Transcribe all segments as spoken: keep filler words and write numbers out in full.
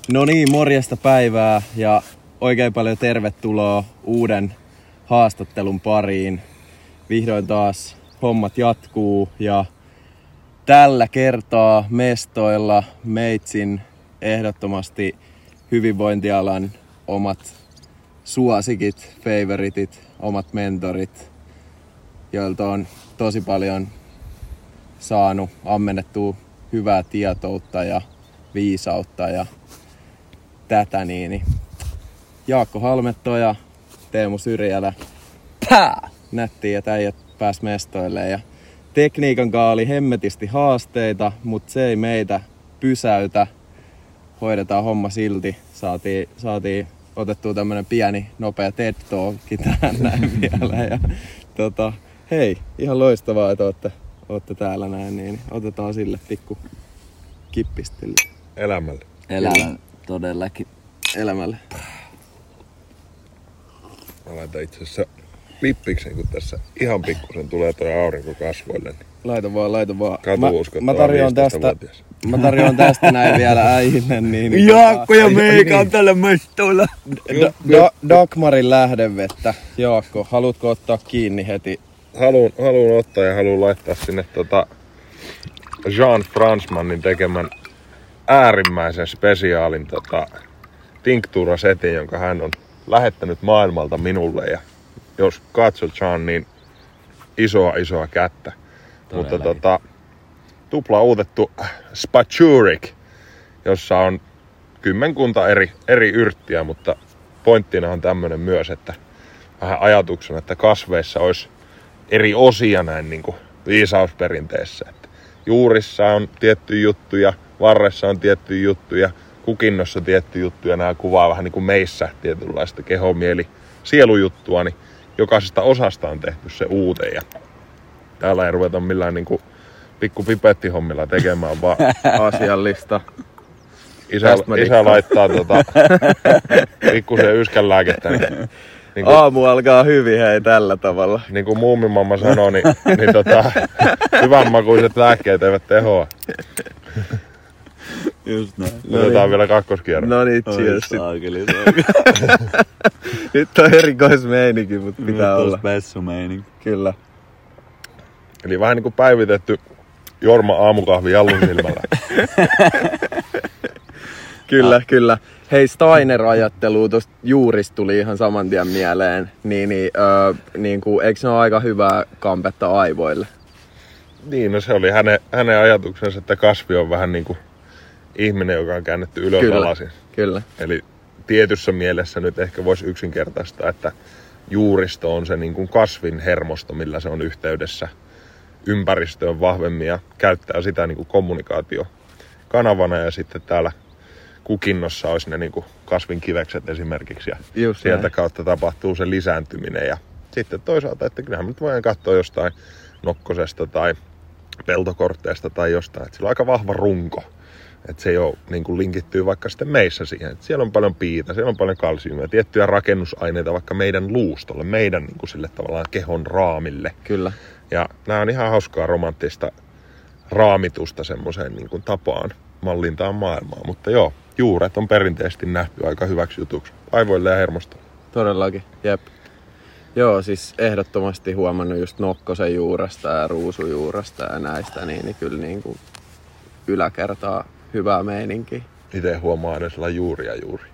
No niin, morjesta päivää ja oikein paljon tervetuloa uuden haastattelun pariin. Vihdoin taas hommat jatkuu ja tällä kertaa mestoilla meitsin ehdottomasti hyvinvointialan omat suosikit, favoritit, omat mentorit, joilta on tosi paljon saanut ammennettua hyvää tietoutta ja viisautta ja tätä niin. Jaakko Halmetto ja Teemu Syrjälä. Pää! Nättiä, että äijät pääs mestoille ja tekniikan kanssa oli hemmetisti haasteita, mutta se ei meitä pysäytä. Hoidetaan homma silti. Saatiin, saatiin otettua tämmönen pieni nopea TED Talkki tähän näin vielä. Ja, tota, hei, ihan loistavaa, että ootte, ootte täällä näin, niin otetaan sille pikku kippistely. Elämälle. Elämälle, todellakin. Elämälle. Mä laitan itse asiassa lippiksen, kun tässä ihan pikkusen tulee toi aurinko kasvoille. Niin laita vaan, laita vaan. Katu Mä, mä, tarjoan tästä, mä tarjoan tästä näin vielä äijille. Niin, Jaakko ja meikä on tällä mestoilla. Da, da, Dagmarin lähdevettä. Jaakko, haluatko ottaa kiinni heti? Haluun, haluun ottaa ja haluun laittaa sinne tota Jean Franzmannin tekemän äärimmäisen spesiaalin tota, tinktuurasetin, jonka hän on lähettänyt maailmalta minulle. Ja jos katsot Jean, niin isoa isoa kättä. Mutta tota, tupla uutettu Spaturik, jossa on kymmenkunta eri, eri yrttiä, mutta pointtina on tämmönen myös, että vähän ajatuksena, että kasveissa olisi eri osia näin niin kuin viisausperinteessä. Että juurissa on tiettyjä juttuja, varressa on tiettyjä juttuja, kukinnossa tiettyjä juttuja. Nämä kuvaa vähän niin kuin meissä tietynlaista keho, mieli, sielujuttua, niin jokaisesta osasta on tehty se uute. Ja täällä ei ruveta millään niin kuin pikku pipettihommilla tekemään, vaan asiallista. Isä, isä laittaa tota, pikkusen yskänlääkettä. Niin, niin kuin, aamu alkaa hyvin hei tällä tavalla. Niin kuin muumimamma sanoi, niin, niin tota, hyvänmakuiset lääkkeet eivät tehoa. Just näin. Otetaan no niin. Vielä kakkoskierros. No niin, cheers. Saakeli, nyt on erikoismeininki, mutta pitää nyt olla. spessumeininki. Kyllä. Eli vähän niin kuin päivitetty Jorma aamukahvi jallun silmällä. Kyllä, ah. kyllä. Hei, Steiner-ajattelu tuosta juurista tuli ihan saman tien mieleen. Niin, niin, öö, niin kuin, eikö se ole aika hyvää kampetta aivoille? Niin, no se oli hänen, hänen ajatuksensa, että kasvi on vähän niin kuin ihminen, joka on käännetty ylös kyllä, alasin. Kyllä. Eli tietyssä mielessä nyt ehkä voisi yksinkertaistaa, että juuristo on se niin kuin kasvin hermosto, millä se on yhteydessä ympäristöön vahvemmin ja käyttää sitä niin kuin kommunikaatiokanavana, ja sitten täällä kukinnossa olisi ne niin kuin kasvin kivekset esimerkiksi ja just sieltä näin. Kautta tapahtuu se lisääntyminen. Ja sitten toisaalta, että kyllähän nyt voidaan katsoa jostain nokkosesta tai peltokortteesta tai jostain, että sillä on aika vahva runko. Että se jo niin kuin linkittyy vaikka sitten meissä siihen. Että siellä on paljon piitä, siellä on paljon kalsiumia, tiettyjä rakennusaineita vaikka meidän luustolle, meidän niin kuin sille tavallaan kehon raamille. Kyllä. Ja nämä on ihan hauskaa romanttista raamitusta semmoiseen niin kuin tapaan mallintaa maailmaa. Mutta joo, juuret on perinteisesti nähty aika hyväksi jutuksi aivoille ja hermostolle. Todellakin, jep. Joo, siis ehdottomasti huomannut just nokkosen juuresta ja ruusujuuresta ja näistä, niin, niin kyllä niin kuin yläkertaa hyvää meininkiä. Itse huomaa aina sellainen juuri ja juuri.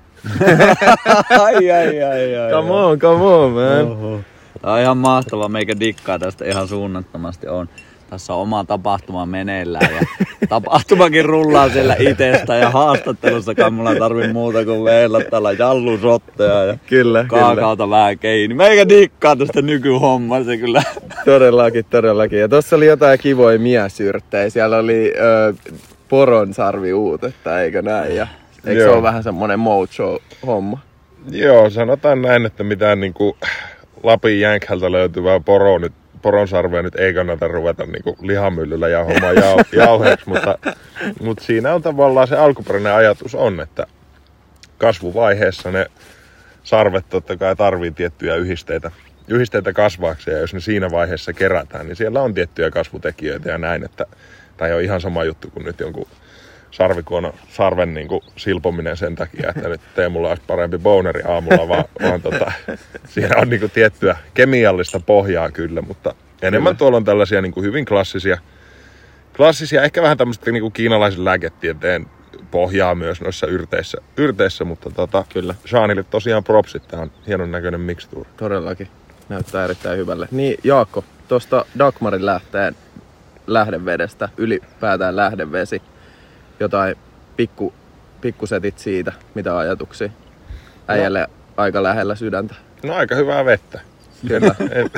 ai, ai, ai, ai. Come on, come on, man. Oho. Tää on ihan mahtavaa, meikä dikkaa tästä ihan suunnattomasti on. Tässä on oma tapahtuma meneillään ja tapahtumakin rullaa siellä itsestä ja haastattelussakaan mulla ei tarvi muuta kuin veillä täällä jallusotteja ja kyllä, kaakaota kyllä. vähän kiinni. Meikä dikkaa tästä nykyhommasta kyllä. Todellakin, todellakin. Ja tossa oli jotain kivoja miesyrttejä. Siellä oli ö, poronsarviuutetta, eikö näin? Ja eikö Joo. se ole vähän semmonen mojo-homma? Joo, sanotaan näin, että mitään niinku Lapin jänkhältä löytyvää poroa nyt poronsarvea nyt ei kannata ruveta niinku lihamyllyllä jauhomaan jau, jauheeksi, mutta, mutta siinä on tavallaan se alkuperäinen ajatus on, että kasvuvaiheessa ne sarvet totta kai tarvii tiettyjä yhdisteitä, yhdisteitä kasvaakseen, ja jos ne siinä vaiheessa kerätään, niin siellä on tiettyjä kasvutekijöitä ja näin, että tämä ei ole ihan sama juttu kuin nyt jonkun sarvikuono sarven niin kuin silpominen sen takia, että nyt Teemulla olisi parempi boneri aamulla, vaan, vaan tota, siinä on niin kuin tiettyä kemiallista pohjaa kyllä, mutta enemmän tuolla on tällaisia niin kuin hyvin klassisia, klassisia, ehkä vähän tämmöistä niin kuin kiinalaisen lääketieteen pohjaa myös noissa yrteissä, yrteissä mutta tota, kyllä. Jeanille tosiaan propsit, tää on hienon näköinen mikstuuri. Todellakin, näyttää erittäin hyvälle. Niin Jaakko, tuosta Dagmarin lähteen lähdevedestä, ylipäätään lähdevesi, jotain pikku, pikkusetit siitä, mitä ajatuksia? Äijälle no. Aika lähellä sydäntä. No aika hyvää vettä. Kyllä.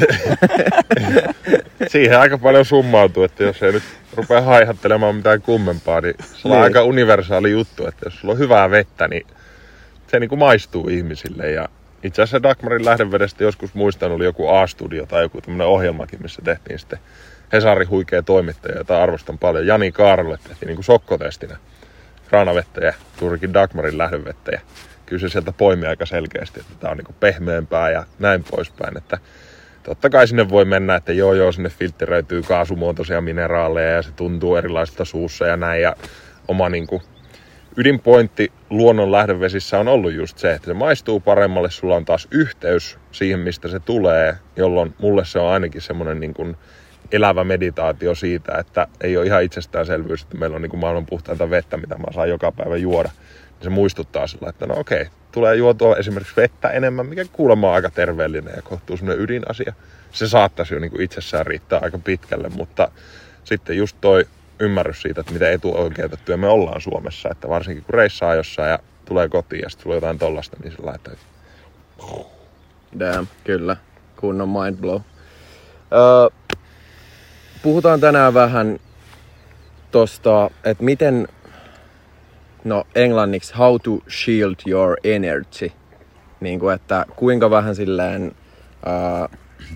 Siihen aika paljon summautuu, että jos ei nyt rupea haihattelemaan mitään kummempaa, niin se on niin. Aika universaali juttu, että jos sulla on hyvää vettä, niin se niin kuin maistuu ihmisille. Ja itse asiassa Dagmarin lähdevedestä joskus muistan, oli joku A-studio tai joku tämmöinen ohjelmakin, missä tehtiin sitten Hesarin huikea toimittaja, jota arvostan paljon. Jani Kaarolle tehtiin niin kuin sokkotestinä kraanavettä ja juurikin Dagmarin lähdevettä. Ja kyllä se sieltä poimii aika selkeästi, että tämä on niin kuin pehmeämpää ja näin poispäin. Että totta kai sinne voi mennä, että joo joo, sinne filtteröityy kaasumuotoisia mineraaleja ja se tuntuu erilaista suussa ja näin. Ja oma niin kuin ydinpointti luonnon lähdevesissä on ollut just se, että se maistuu paremmalle, sulla on taas yhteys siihen, mistä se tulee, jolloin mulle se on ainakin semmoinen niin kuin elävä meditaatio siitä, että ei ole ihan itsestäänselvyys, että meillä on niin kuin maailman puhtainta vettä, mitä mä saan joka päivä juoda. Se muistuttaa sillä, että no okei, tulee juotua esimerkiksi vettä enemmän, mikä kuulemma on aika terveellinen ja kohtuu semmoinen ydinasia. Se saattaisi jo niin kuin itsessään riittää aika pitkälle, mutta sitten just toi ymmärrys siitä, että miten etuoikeutettuja me ollaan Suomessa, että varsinkin kun reissaa jossain ja tulee kotiin ja sitten tulee jotain tollasta, niin sillä laittaa. Damn, kyllä. Kunnon mind blow. Öö, puhutaan tänään vähän tosta, että miten, no englanniksi, how to shield your energy. Niin kuin, että kuinka vähän silleen, öö,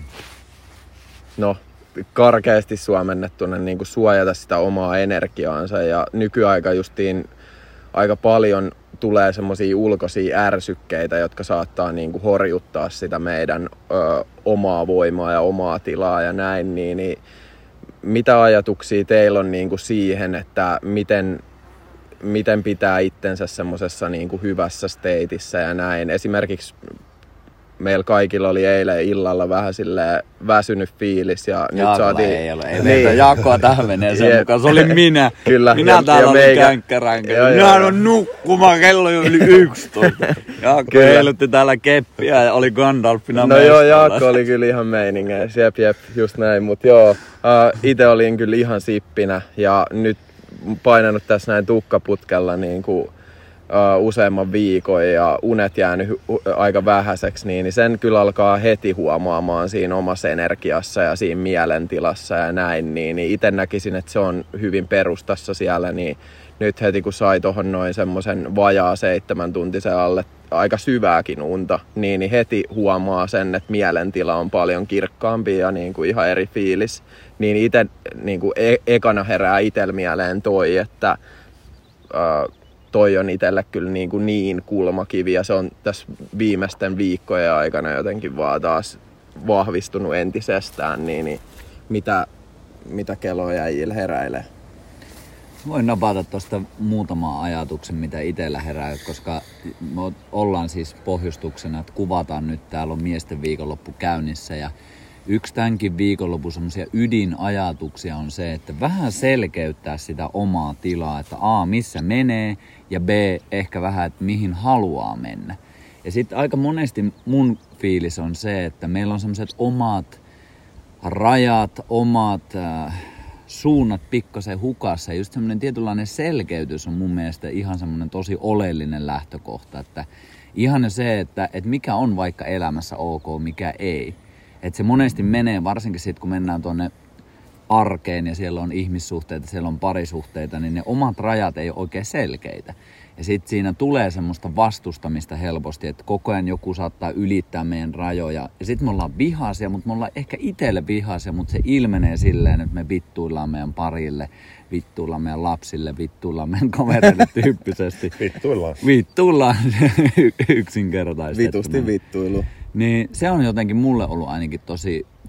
no karkeasti suomennettuna niin kuin suojata sitä omaa energiaansa. Ja nykyaika justiin aika paljon tulee semmosia ulkoisia ärsykkeitä, jotka saattaa niin kuin horjuttaa sitä meidän ö, omaa voimaa ja omaa tilaa ja näin, niin, niin mitä ajatuksia teillä on niin kuin siihen, että miten, miten pitää itsensä semmosessa niin kuin hyvässä stateissa ja näin. Esimerkiksi meillä kaikilla oli eilen illalla vähän silleen väsynyt fiilis ja Jaakolla nyt saatiin... ei ole, ei niin. Jaakkoa tähän menee sen yep. mukaan, se oli minä. Kyllä. Minä ja, täällä ja olin meikä... känkkäränkä. Minä on nukkumaan, kello jo yli yksitoista. Jaakko heilutti täällä keppiä ja oli Gandalfina No mestalla. joo, Jaakko oli kyllä ihan meiningeissä, jep jep, just näin, mut joo, uh, ite olin kyllä ihan sippinä ja nyt painanut tässä näin tukkaputkella niin kuin Uh, useamman viikon ja unet jäänyt hu- aika vähäiseksi, niin, niin sen kyllä alkaa heti huomaamaan siinä omassa energiassa ja siinä mielentilassa ja näin, niin, niin itse näkisin, että se on hyvin perustassa siellä, niin nyt heti kun sai tohon noin semmoisen vajaa seitsemän tuntisen alle aika syvääkin unta, niin, niin heti huomaa sen, että mielentila on paljon kirkkaampi ja niin kuin ihan eri fiilis, niin itse niin kuin e- ekana herää itsellä mieleen toi, että uh, toi on itselle kyllä niin, kuin niin kulmakivi ja se on tässä viimeisten viikkojen aikana jotenkin vaan taas vahvistunut entisestään, niin, niin mitä, mitä keloja äijillä heräilee? Voin napata tuosta muutaman ajatuksen, mitä itsellä herää, koska me ollaan siis pohjustuksena, että kuvataan nyt, täällä on miesten viikonloppu käynnissä ja yksi tämänkin viikonlopun semmoisia ydinajatuksia on se, että vähän selkeyttää sitä omaa tilaa, että A, missä menee ja B, ehkä vähän, että mihin haluaa mennä. Ja sitten aika monesti mun fiilis on se, että meillä on semmoiset omat rajat, omat äh, suunnat pikkasen hukassa. Ja just semmoinen tietynlainen selkeytys on mun mielestä ihan semmoinen tosi oleellinen lähtökohta, että ihan se, että, että mikä on vaikka elämässä ok, mikä ei. Että se monesti menee, varsinkin sitten kun mennään tuonne arkeen ja siellä on ihmissuhteita, siellä on parisuhteita, niin ne omat rajat ei ole oikein selkeitä. Ja sitten siinä tulee semmoista vastustamista helposti, että koko ajan joku saattaa ylittää meidän rajoja. Ja sitten me ollaan vihaisia, mutta me ollaan ehkä itselle vihaisia, mutta se ilmenee silleen, että me vittuillaan meidän parille, vittuillaan meidän lapsille, vittuillaan meidän kavereille tyyppisesti. Vittuillaan. Vittuillaan yksinkertaisesti. Vitusti vittuilu. Niin se on jotenkin mulle ollut ainakin tosi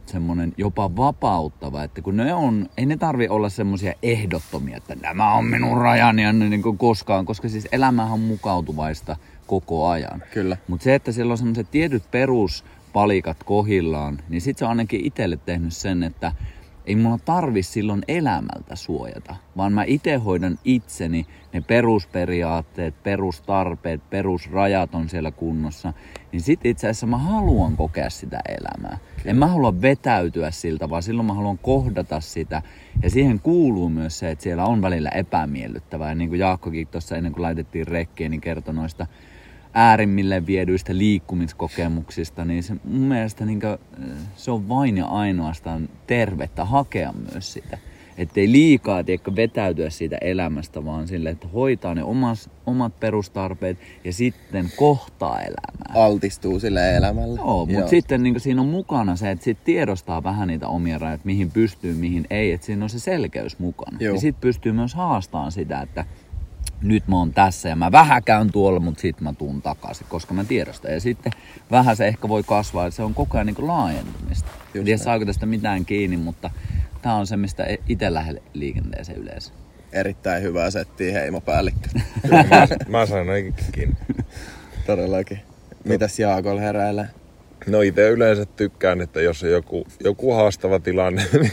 semmonen jopa vapauttava, että kun ne on, ei ne tarvi olla semmosia ehdottomia, että nämä on minun rajani ja ne niin kuin koskaan, koska siis elämähän on mukautuvaista koko ajan. Kyllä. Mutta se, että siellä on semmoiset tietyt peruspalikat kohillaan, niin sit se on ainakin itselle tehnyt sen, että ei mulla tarvi silloin elämältä suojata, vaan mä itse hoidan itseni, ne perusperiaatteet, perustarpeet, perusrajat on siellä kunnossa. Niin sit itse asiassa mä haluan kokea sitä elämää. Kyllä. En mä halua vetäytyä siltä, vaan silloin mä haluan kohdata sitä. Ja siihen kuuluu myös se, että siellä on välillä epämiellyttävää. Ja niin kuin Jaakkokin tuossa ennen kuin laitettiin rekkiä, niin kertoi noista äärimmille viedyistä liikkumiskokemuksista, niin se mun mielestä niin kuin, se on vain ja ainoastaan tervettä hakea myös sitä. Että ei liikaa tiedätkö, vetäytyä siitä elämästä, vaan sille, että hoitaa ne omas, omat perustarpeet ja sitten kohtaa elämää. Altistuu sille elämälle. Joo, mutta sitten niin kuin, siinä on mukana se, että sit tiedostaa vähän niitä omia rajoja, mihin pystyy, mihin ei. Että siinä on se selkeys mukana. Joo. Ja sitten pystyy myös haastamaan sitä, että nyt mä oon tässä ja mä vähän käyn tuolla, mutta sit mä tuun takaisin, koska mä tiedostan. Ja sitten vähän se ehkä voi kasvaa, että se on koko ajan niin kuin laajentumista. En tiedä saako tästä mitään kiinni, mutta tää on se, mistä itse lähden liikenteeseen yleensä. Erittäin hyvää settiä heimopäällikkö. Kyllä, mä, mä sain ainakin kiinni. Todellakin. Mitäs Jaakolla heräilee? No itse yleensä tykkään, että jos on joku, joku haastava tilanne, niin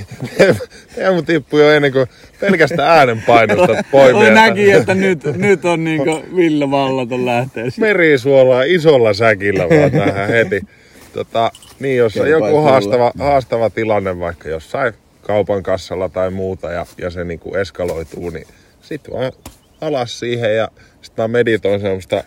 Teemu tippuu jo ennen kuin pelkästä äänenpainosta poimia. Näki, että nyt, nyt on niinku Ville Vallaton lähtee. Merisuolaa isolla säkillä vaan tähän heti. Tota, niin jos on joku haastava, haastava tilanne vaikka jossain kaupan kassalla tai muuta ja, ja se niinku eskaloituu, niin sit vaan alas siihen ja sit mä meditoin semmoista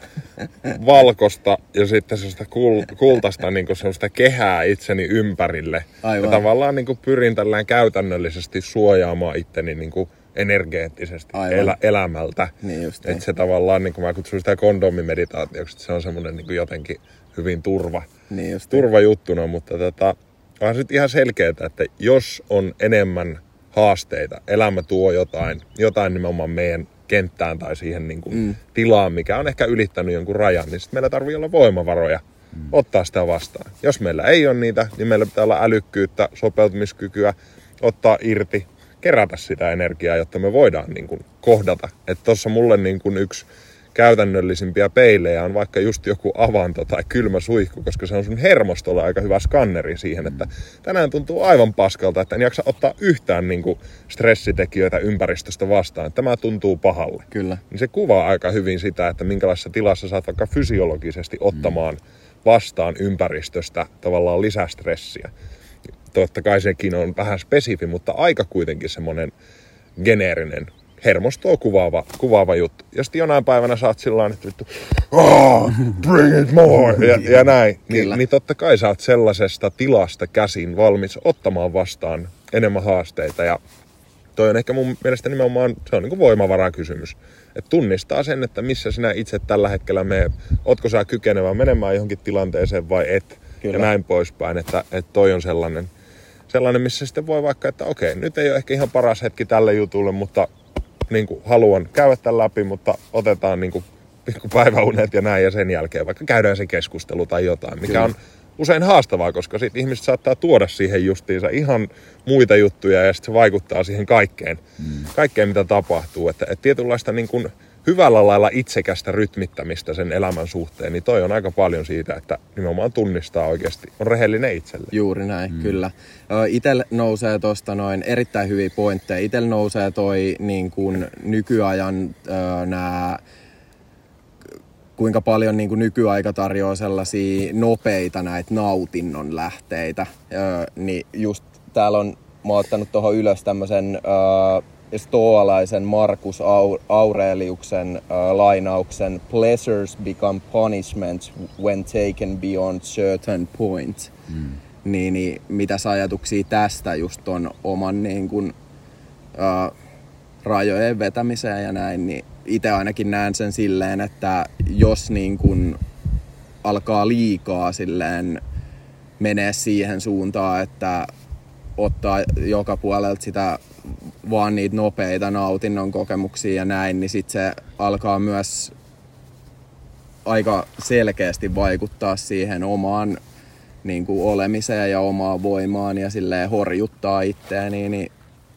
valkosta ja sitten semmoista kul- kultaista niinku semmoista kehää itseni ympärille. Aivan. Ja tavallaan niinku pyrin tällään käytännöllisesti suojaamaan itteni niinku energeettisesti elä- elämältä. Niin just niin. Et se tavallaan, niinku mä kutsun sitä kondomimeditaatioksi, että se on semmonen niinku jotenkin hyvin turva, niin turvajuttuna, mutta tota, on sitten ihan selkeää, että jos on enemmän haasteita, elämä tuo jotain, jotain nimenomaan meidän kenttään tai siihen niin kuin mm. tilaan, mikä on ehkä ylittänyt jonkun rajan, niin sitten meillä tarvii olla voimavaroja mm. ottaa sitä vastaan. Jos meillä ei ole niitä, niin meillä pitää olla älykkyyttä, sopeutumiskykyä, ottaa irti, kerätä sitä energiaa, jotta me voidaan niin kuin kohdata. Että tuossa mulle niin kuin yksi käytännöllisimpiä peilejä on vaikka just joku avanto tai kylmä suihku, koska se on sun hermostolla aika hyvä skanneri siihen, että tänään tuntuu aivan paskalta, että en jaksa ottaa yhtään niin kuin stressitekijöitä ympäristöstä vastaan. Tämä tuntuu pahalle. Kyllä. Niin se kuvaa aika hyvin sitä, että minkälaisessa tilassa saat vaikka fysiologisesti ottamaan vastaan ympäristöstä tavallaan lisästressiä. Totta kai sekin on vähän spesifi, mutta aika kuitenkin semmoinen geneerinen hermostoa kuvaava, kuvaava juttu. Ja sitten jonain päivänä sä oot sillain, että vittu, oh, bring it more, ja, ja näin. Ni, niin totta kai sä oot sellaisesta tilasta käsin valmis ottamaan vastaan enemmän haasteita. Ja toi on ehkä mun mielestä nimenomaan, se on niin kuin voimavarakysymys. Että tunnistaa sen, että missä sinä itse tällä hetkellä meet. Ootko sä kykenevä menemään johonkin tilanteeseen vai et. Kyllä. Ja näin poispäin. Että, että toi on sellainen, sellainen, missä sitten voi vaikka, että okei, nyt ei ole ehkä ihan paras hetki tälle jutulle, mutta niin kuin haluan käydä tämän läpi, mutta otetaan niin kuin päiväunet ja näin ja sen jälkeen vaikka käydään se keskustelu tai jotain, mikä Kyllä. on usein haastavaa, koska sit ihmiset saattaa tuoda siihen justiinsa ihan muita juttuja ja sit se vaikuttaa siihen kaikkeen, mm. kaikkeen mitä tapahtuu. Että, että tietynlaista niin kuin hyvällä lailla itsekästä rytmittämistä sen elämän suhteen, niin toi on aika paljon siitä, että nimenomaan tunnistaa oikeasti, on rehellinen itselle. Juuri näin, mm. kyllä. Itelle nousee tuosta noin erittäin hyviä pointteja. Itelle nousee toi niin kuin nykyajan nämä, kuinka paljon niin kuin nykyaika tarjoaa sellaisia nopeita näitä nautinnon lähteitä. Niin just täällä on, mä oon ottanut tuohon ylös tämmösen stoalaisen Marcus Aureliuksen äh, lainauksen "Pleasures become punishments when taken beyond certain point". Mm. Niin, niin mitäs ajatuksia tästä just on oman niin kun, äh, rajojen vetämiseen ja näin, niin itse ainakin näen sen silleen, että jos niin kun alkaa liikaa silleen menee siihen suuntaan, että ottaa joka puolelta sitä vaan niitä nopeita nautinnon kokemuksia ja näin, niin sit se alkaa myös aika selkeästi vaikuttaa siihen omaan niin kuin olemiseen ja omaan voimaan ja silleen horjuttaa itseään, niin, niin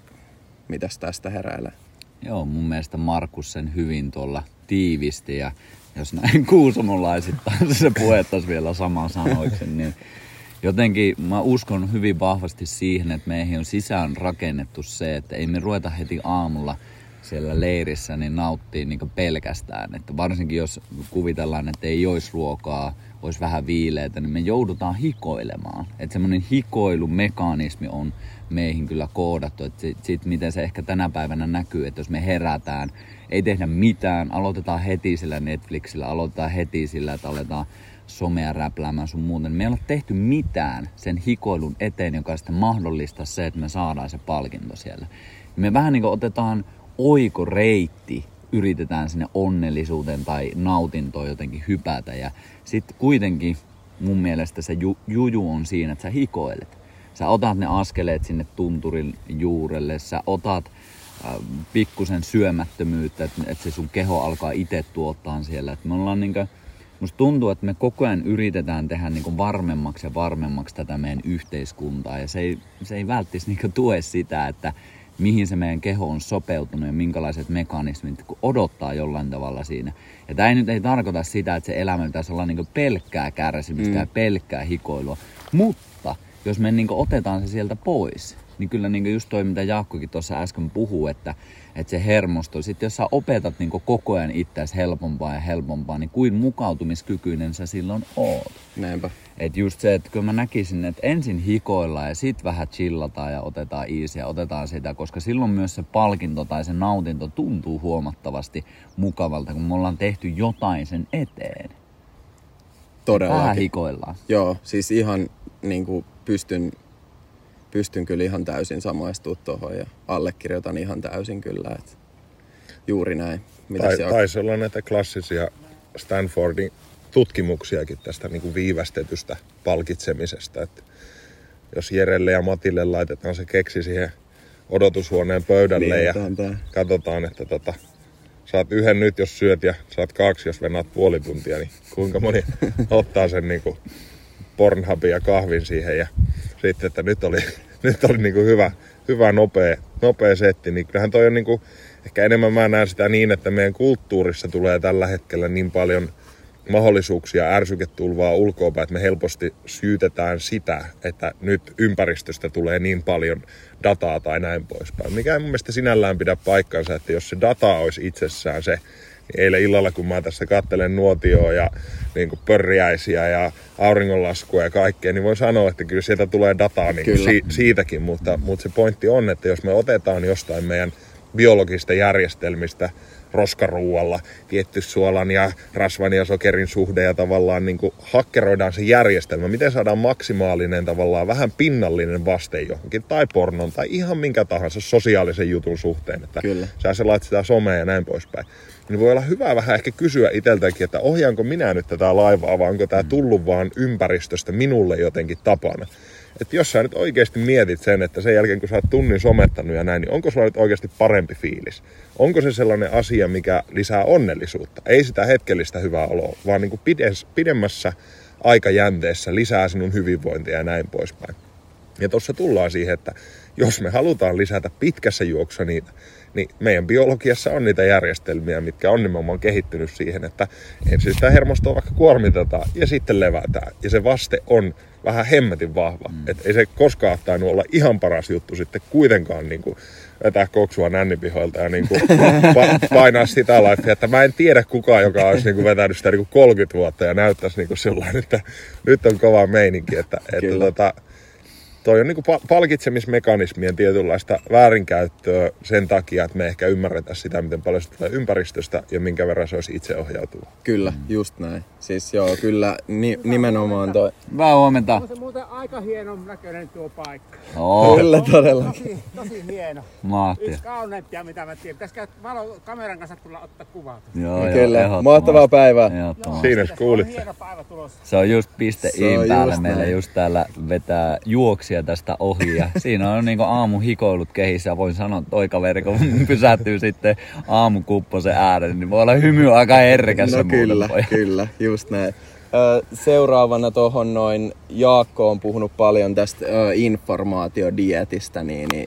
mitäs tästä heräilee? Joo, mun mielestä Markus sen hyvin tuolla tiivisti ja jos näin kuusamolaisittain se puhettaisi vielä saman sanoiksen, niin jotenkin mä uskon hyvin vahvasti siihen, että meihin on sisään rakennettu se, että ei me ruveta heti aamulla siellä leirissä niin nauttii niin pelkästään. Että varsinkin jos kuvitellaan, että ei olisi ruokaa, olisi vähän viileitä, niin me joudutaan hikoilemaan. Että semmoinen hikoilumekanismi on meihin kyllä koodattu. Että sit, sit miten se ehkä tänä päivänä näkyy, että jos me herätään, ei tehdä mitään, aloitetaan heti sillä Netflixillä, aloitetaan heti sillä, että aletaan somea räpläämään sun muuten. Me ei ole tehty mitään sen hikoilun eteen, joka sitten mahdollistaa se, että me saadaan se palkinto siellä. Me vähän niin kuin otetaan oikoreitti, yritetään sinne onnellisuuteen tai nautintoon jotenkin hypätä. Ja sitten kuitenkin mun mielestä se ju- juju on siinä, että sä hikoilet. Sä otat ne askeleet sinne tunturin juurelle, sä otat äh, pikkusen syömättömyyttä, että et se sun keho alkaa itse tuottaa siellä. Et me ollaan niinku, musta tuntuu, että me koko ajan yritetään tehdä niinku varmemmaksi ja varmemmaksi tätä meidän yhteiskuntaa. Ja se ei, se ei välttis niinku tue sitä, että mihin se meidän keho on sopeutunut ja minkälaiset mekanismit kun odottaa jollain tavalla siinä. Ja tämä ei nyt ei tarkoita sitä, että se elämä pitäisi olla niinku pelkkää kärsimystä mm. ja pelkkää hikoilua. Mutta jos me niinku otetaan se sieltä pois, niin kyllä niinku just toi, mitä Jaakkokin tuossa äsken puhuu, että, että se hermosto. Sitten jos sä opetat niinku koko ajan itseäsi helpompaa ja helpompaa, niin kuin mukautumiskykyinen sä silloin oot. Näinpä. Että just se, että kyllä mä näkisin, että ensin hikoillaan ja sit vähän chillataan ja otetaan easy ja otetaan sitä, koska silloin myös se palkinto tai se nautinto tuntuu huomattavasti mukavalta, kun me ollaan tehty jotain sen eteen. Todellakin. Vähän hikoillaan. Joo, siis ihan niin kuin pystyn, pystyn kyllä ihan täysin samaistumaan tuohon ja allekirjoitan ihan täysin kyllä, että juuri näin. Tai, taisi olla näitä klassisia Stanfordin tutkimuksiakin tästä niin kuin viivästetystä palkitsemisesta. Että jos Jerelle ja Matille laitetaan se keksi siihen odotushuoneen pöydälle niin, ja tämän. Katsotaan, että tota, saat yhden nyt, jos syöt ja saat kaksi, jos venaat puoli tuntia, niin kuinka moni ottaa sen niin kuin Pornhubin ja kahvin siihen ja sitten, että nyt oli, nyt oli niin kuin hyvä, hyvä nopea, nopea setti, niin kyllähän toi on niin kuin, ehkä enemmän mä näen sitä niin, että meidän kulttuurissa tulee tällä hetkellä niin paljon mahdollisuuksia ärsyketulvaa ulkoapäin, että me helposti syytetään sitä, että nyt ympäristöstä tulee niin paljon dataa tai näin poispäin. Mikä ei mun mielestä sinällään pidä paikkansa, että jos se data olisi itsessään se, niin eilen illalla kun mä tässä katselen nuotioa ja niin kuin pörriäisiä ja auringonlaskua ja kaikkea, niin voin sanoa, että kyllä sieltä tulee dataa niin kuin si- siitäkin, mutta, mutta se pointti on, että jos me otetaan jostain meidän biologista järjestelmistä roskaruualla tietty suolan ja rasvan ja sokerin suhde ja tavallaan niin kuin hakkeroidaan se järjestelmä. Miten saadaan maksimaalinen tavallaan vähän pinnallinen vaste johonkin tai pornon tai ihan minkä tahansa sosiaalisen jutun suhteen. Että Kyllä. sä selaat sitä somea ja näin poispäin. Niin voi olla hyvä vähän ehkä kysyä itseltäkin, että ohjaanko minä nyt tätä laivaa vai onko tämä tullut vaan ympäristöstä minulle jotenkin tapana. Että jos sä nyt oikeasti mietit sen, että sen jälkeen kun sä oot tunnin somettanut ja näin, niin onko sulla nyt oikeasti parempi fiilis? Onko se sellainen asia, mikä lisää onnellisuutta? Ei sitä hetkellistä hyvää oloa, vaan niin kuin pidemmässä aikajänteessä lisää sinun hyvinvointia ja näin poispäin. Ja tuossa tullaan siihen, että jos me halutaan lisätä pitkässä juoksussa niitä, niin meidän biologiassa on niitä järjestelmiä, mitkä on nimenomaan kehittynyt siihen, että ensin sitä hermostoa vaikka kuormitetaan ja sitten levätään. Ja se vaste on vähän hemmetin vahva. Mm. Että ei se koskaan tainnut olla ihan paras juttu sitten kuitenkaan niin kuin vetää koksua nännipihoilta ja niin kuin pa- painaa sitä lifea. Että mä en tiedä kukaan, joka olisi niin kuin vetänyt sitä niin kuin kolmekymmentä vuotta ja näyttäisi niin kuin sellainen, että nyt on kova meininki. Että, että tota, toi on niinku palkitsemismekanismien tietynlaista väärinkäyttöä sen takia, että me ehkä ymmärretään sitä, miten paljon se tulee ympäristöstä ja minkä verran se olisi itseohjautuva. Kyllä, just näin. Siis joo, kyllä ni- nimenomaan toi. Hyvää huomenta. On se muuten aika hienon näköinen tuo paikka. Oo. Kyllä todella. Tosi, tosi hieno. Mahtavaa. Yksi kauneimpia, mitä mä tiedän. Pitäisikö valo kameran kanssa tulla ottaa kuvaa? Joo, Kyllä, ehdottomasti. mahtavaa päivää. Ehdottomasti. Siinä On kuulitte. hieno päivä tulossa. Se on just piste Se on in päällä. just Meillä näin. just täällä vetää juoksia tästä ohi. Ja siinä on niinku aamuhikoilut kehissä. Ja voin sanoa, että toi kaveri, kun pysähtyy sitten aamukupposen ääreen, niin voi olla hymy aika herkässä. No kyllä, muuten. kyllä, just näin. Seuraavana tohon noin Jaakko on puhunut paljon tästä informaatiodietistä, niin, niin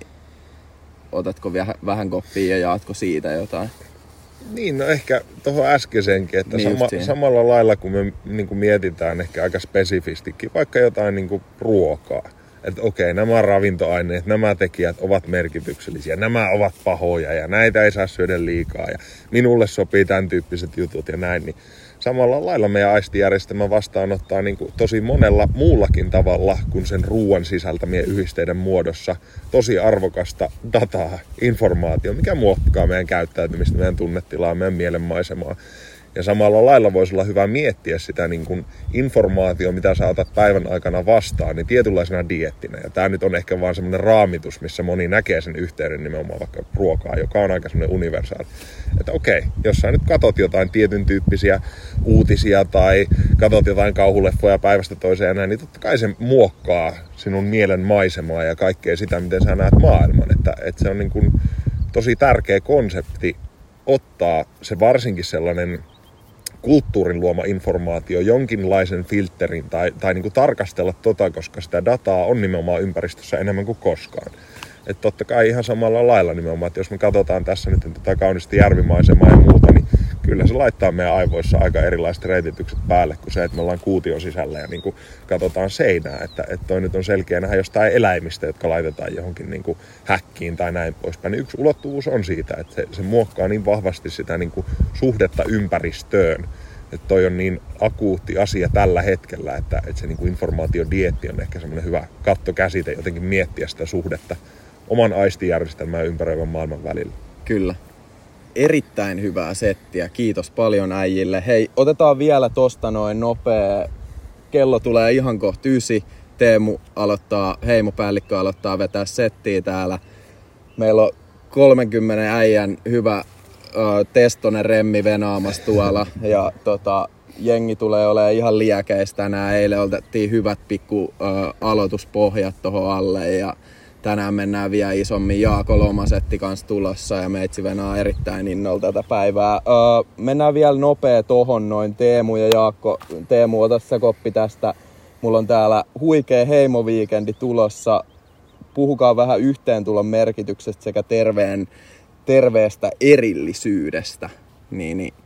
otatko vähän, vähän koppia ja jaatko siitä jotain? Niin, no ehkä tuohon äskeisenkin, että niin sama, samalla lailla kun me niin kuin mietitään ehkä aika spesifistikin, vaikka jotain niin kuin ruokaa. Että okei, nämä ravintoaineet, nämä tekijät ovat merkityksellisiä, nämä ovat pahoja ja näitä ei saa syödä liikaa ja minulle sopii tämän tyyppiset jutut ja näin. Niin samalla lailla meidän aistijärjestelmä vastaanottaa niin kuin tosi monella muullakin tavalla kuin sen ruoan sisältämien yhdisteiden muodossa tosi arvokasta dataa, informaatio, mikä muokkaa meidän käyttäytymistä, meidän tunnetilaa, meidän mielenmaisemaa. Ja samalla lailla voisi olla hyvä miettiä sitä niin kuin informaatio, mitä sä otat päivän aikana vastaan, niin tietynlaisena dieettinä. Ja tää nyt on ehkä vaan semmoinen raamitus, missä moni näkee sen yhteyden nimenomaan vaikka ruokaa, joka on aika semmoinen universaali. Että okei, jos sä nyt katot jotain tietyn tyyppisiä uutisia tai katot jotain kauhuleffoja päivästä toiseen ja näin, niin totta kai se muokkaa sinun mielen maisemaa ja kaikkea sitä, miten sä näet maailman. Että, että se on niin kuin tosi tärkeä konsepti ottaa se varsinkin sellainen kulttuurin luoma informaatio jonkinlaisen filterin tai, tai niin kuin tarkastella tota, koska sitä dataa on nimenomaan ympäristössä enemmän kuin koskaan. Että totta kai ihan samalla lailla nimenomaan, että jos me katsotaan tässä nyt tätä kaunista järvimaisemaa ja muuta, niin kyllä se laittaa meidän aivoissa aika erilaiset reititykset päälle kuin se, että me ollaan kuution sisällä ja niin kuin katsotaan seinää. Että, että toi nyt on selkeä nähdä jostain eläimistä, jotka laitetaan johonkin niin kuin häkkiin tai näin poispäin. Niin yksi ulottuvuus on siitä, että se, se muokkaa niin vahvasti sitä niin kuin suhdetta ympäristöön. Että toi on niin akuutti asia tällä hetkellä, että, että se niin kuin informaatiodieetti on ehkä semmoinen hyvä kattokäsite jotenkin miettiä sitä suhdetta oman aistijärjestelmän ja ympäröivän maailman välillä. Kyllä. Erittäin hyvää settiä. Kiitos paljon äijille. Hei, otetaan vielä tosta noin nopea. Kello tulee ihan kohta ysi. Teemu aloittaa, heimopäällikkö aloittaa vetää settiä täällä. Meillä on kolmenkymmenen äijän hyvä ö, testonen remmi venaamassa tuolla. Ja tota, jengi tulee olemaan ihan liäkeistä tänään. Eilen otettiin hyvät pikku ö, aloituspohjat tohon alle. Ja tänään mennään vielä isommin. Jaakko Lomasetti kanssa tulossa ja meitsi venaa erittäin innolla tätä päivää. Öö, mennään vielä nopea tohon noin Teemu ja Jaakko. Teemu, ota sä koppi tästä. Mulla on täällä huikea heimoviikendi tulossa. Puhukaa vähän yhteentulon merkityksestä sekä terveen, terveestä erillisyydestä. Niin, niin.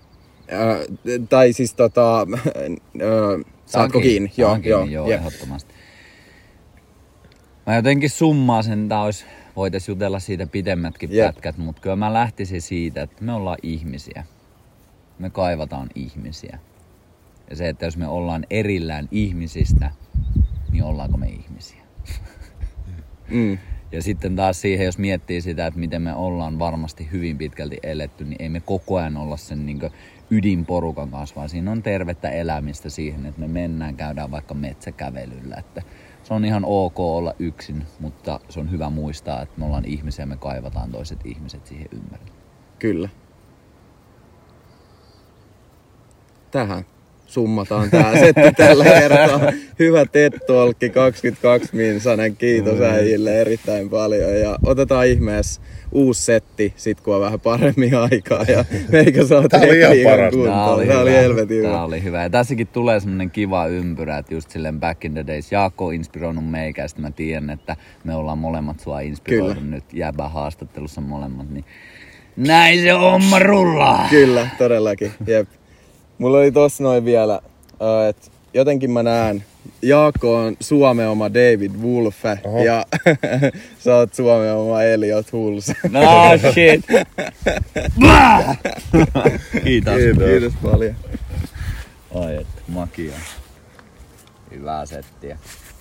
Öö, tai siis tota... Öö, saatko kiinni? Joo, joo, joo ehdottomasti. Mä jotenkin summaan sen, että olisi, voitaisiin jutella siitä pitemmätkin yep. pätkät, mutta kyllä mä lähtisin siitä, että me ollaan ihmisiä. Me kaivataan ihmisiä. Ja se, että jos me ollaan erillään ihmisistä, niin ollaanko me ihmisiä? Mm. Ja sitten taas siihen, jos miettii sitä, että miten me ollaan varmasti hyvin pitkälti eletty, niin ei me koko ajan olla sen niin kuin ydinporukan kanssa, vaan siinä on tervettä elämistä siihen, että me mennään, käydään vaikka metsäkävelyllä, että se on ihan ok olla yksin, mutta se on hyvä muistaa, että me ollaan ihmisiä ja me kaivataan toiset ihmiset siihen ympärille. Kyllä. Tähän summataan tää setti tällä kertaa. Hyvä TED-talkki kaksikymmentäkaksi minsanen. Kiitos mm. äijille erittäin paljon. Ja otetaan ihmeessä uusi setti, sit kun on vähän paremmin aikaa. Ja meikä saa tekniikan kuntoon. Tää oli helvetin hyvä. Tää oli hyvä. Ja tässäkin tulee semmonen kiva ympyrä, että just silleen back in the days Jaakko on inspiroinut meikä. Ja sitten mä tiedän, että me ollaan molemmat sua inspiroinut nyt jäbä haastattelussa molemmat. Niin näin se homma rullaa. Kyllä, todellakin. Jep. Mulla oli tossa noin vielä, että jotenkin mä näen, Jaakko on Suomen oma David Wolfe ja sä oot Suomen oma Elliot Hulls. No shit! Kiitos. Kiitos. Kiitos paljon. Ai että makia. Hyvää settiä.